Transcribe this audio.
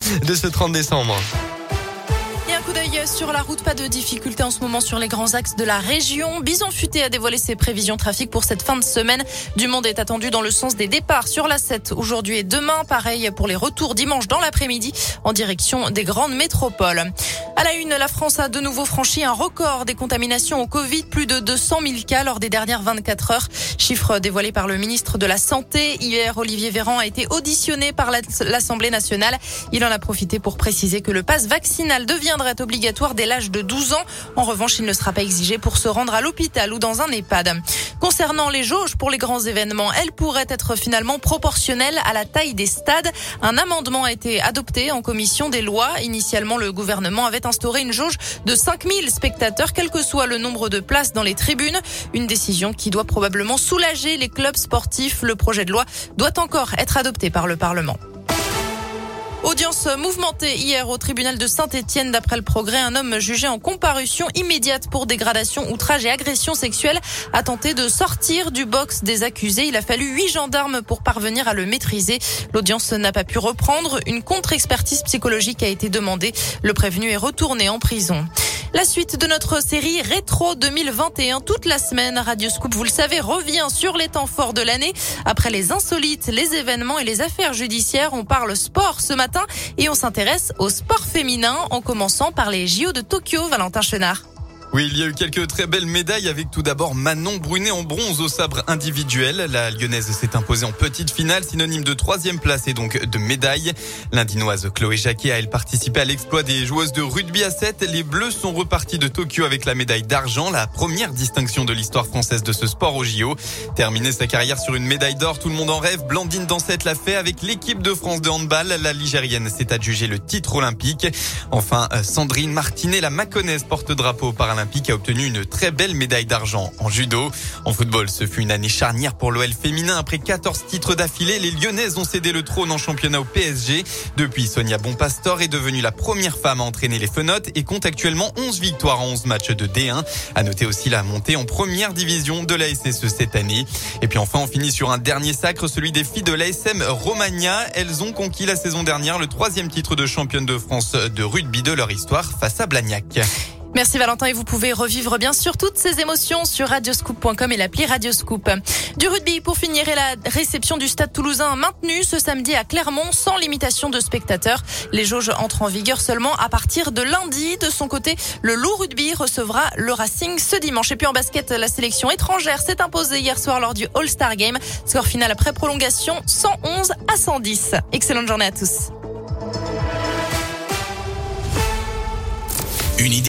de ce 30 décembre. Et un coup d'œil sur la route, pas de difficultés en ce moment sur les grands axes de la région. Bison Futé a dévoilé ses prévisions trafic pour cette fin de semaine. Du monde est attendu dans le sens des départs sur la 7 aujourd'hui et demain. Pareil pour les retours dimanche dans l'après-midi en direction des grandes métropoles. À la une, la France a de nouveau franchi un record des contaminations au Covid. Plus de 200 000 cas lors des dernières 24 heures. Chiffre dévoilé par le ministre de la Santé. Hier, Olivier Véran a été auditionné par l'Assemblée nationale. Il en a profité pour préciser que le pass vaccinal deviendrait obligatoire dès l'âge de 12 ans. En revanche, il ne sera pas exigé pour se rendre à l'hôpital ou dans un EHPAD. Concernant les jauges pour les grands événements, elles pourraient être finalement proportionnelles à la taille des stades. Un amendement a été adopté en commission des lois. Initialement, le gouvernement avait instauré une jauge de 5 000 spectateurs, quel que soit le nombre de places dans les tribunes. Une décision qui doit probablement soulager les clubs sportifs. Le projet de loi doit encore être adopté par le Parlement. Audience mouvementée hier au tribunal de Saint-Étienne. D'après le Progrès, un homme jugé en comparution immédiate pour dégradation, outrage et agression sexuelle a tenté de sortir du box des accusés. Il a fallu 8 gendarmes pour parvenir à le maîtriser. L'audience n'a pas pu reprendre. Une contre-expertise psychologique a été demandée. Le prévenu est retourné en prison. La suite de notre série Rétro 2021, toute la semaine, Radio Scoop, vous le savez, revient sur les temps forts de l'année. Après les insolites, les événements et les affaires judiciaires, on parle sport ce matin et on s'intéresse au sport féminin en commençant par les JO de Tokyo. Valentin Chenard. Oui, il y a eu quelques très belles médailles avec tout d'abord Manon Brunet en bronze au sabre individuel. La Lyonnaise s'est imposée en petite finale, synonyme de 3e place et donc de médaille. L'Indinoise Chloé Jacquet a elle participé à l'exploit des joueuses de rugby à 7. Les Bleus sont repartis de Tokyo avec la médaille d'argent, la première distinction de l'histoire française de ce sport au JO. Terminer sa carrière sur une médaille d'or, tout le monde en rêve. Blandine Dansette l'a fait avec l'équipe de France de handball. La Ligérienne s'est adjugée le titre olympique. Enfin, Sandrine Martinet, la Mâconnaise porte-drapeau paralympique, a obtenu une très belle médaille d'argent en judo. En football, ce fut une année charnière pour l'OL féminin. Après 14 titres d'affilée, les Lyonnaises ont cédé le trône en championnat au PSG. Depuis, Sonia Bonpastor est devenue la première femme à entraîner les Fenotes et compte actuellement 11 victoires en 11 matchs de D1. À noter aussi la montée en première division de la SSE cette année. Et puis enfin, on finit sur un dernier sacre, celui des filles de l'ASM Romagna. Elles ont conquis la saison dernière le 3e titre de championne de France de rugby de leur histoire face à Blagnac. Merci Valentin et vous pouvez revivre bien sûr toutes ces émotions sur radioscoop.com et l'appli Radioscoop. Du rugby pour finir et la réception du Stade Toulousain maintenue ce samedi à Clermont sans limitation de spectateurs. Les jauges entrent en vigueur seulement à partir de lundi. De son côté, le Loup Rugby recevra le Racing ce dimanche. Et puis en basket, la sélection étrangère s'est imposée hier soir lors du All-Star Game. Score final après prolongation 111-110. Excellente journée à tous.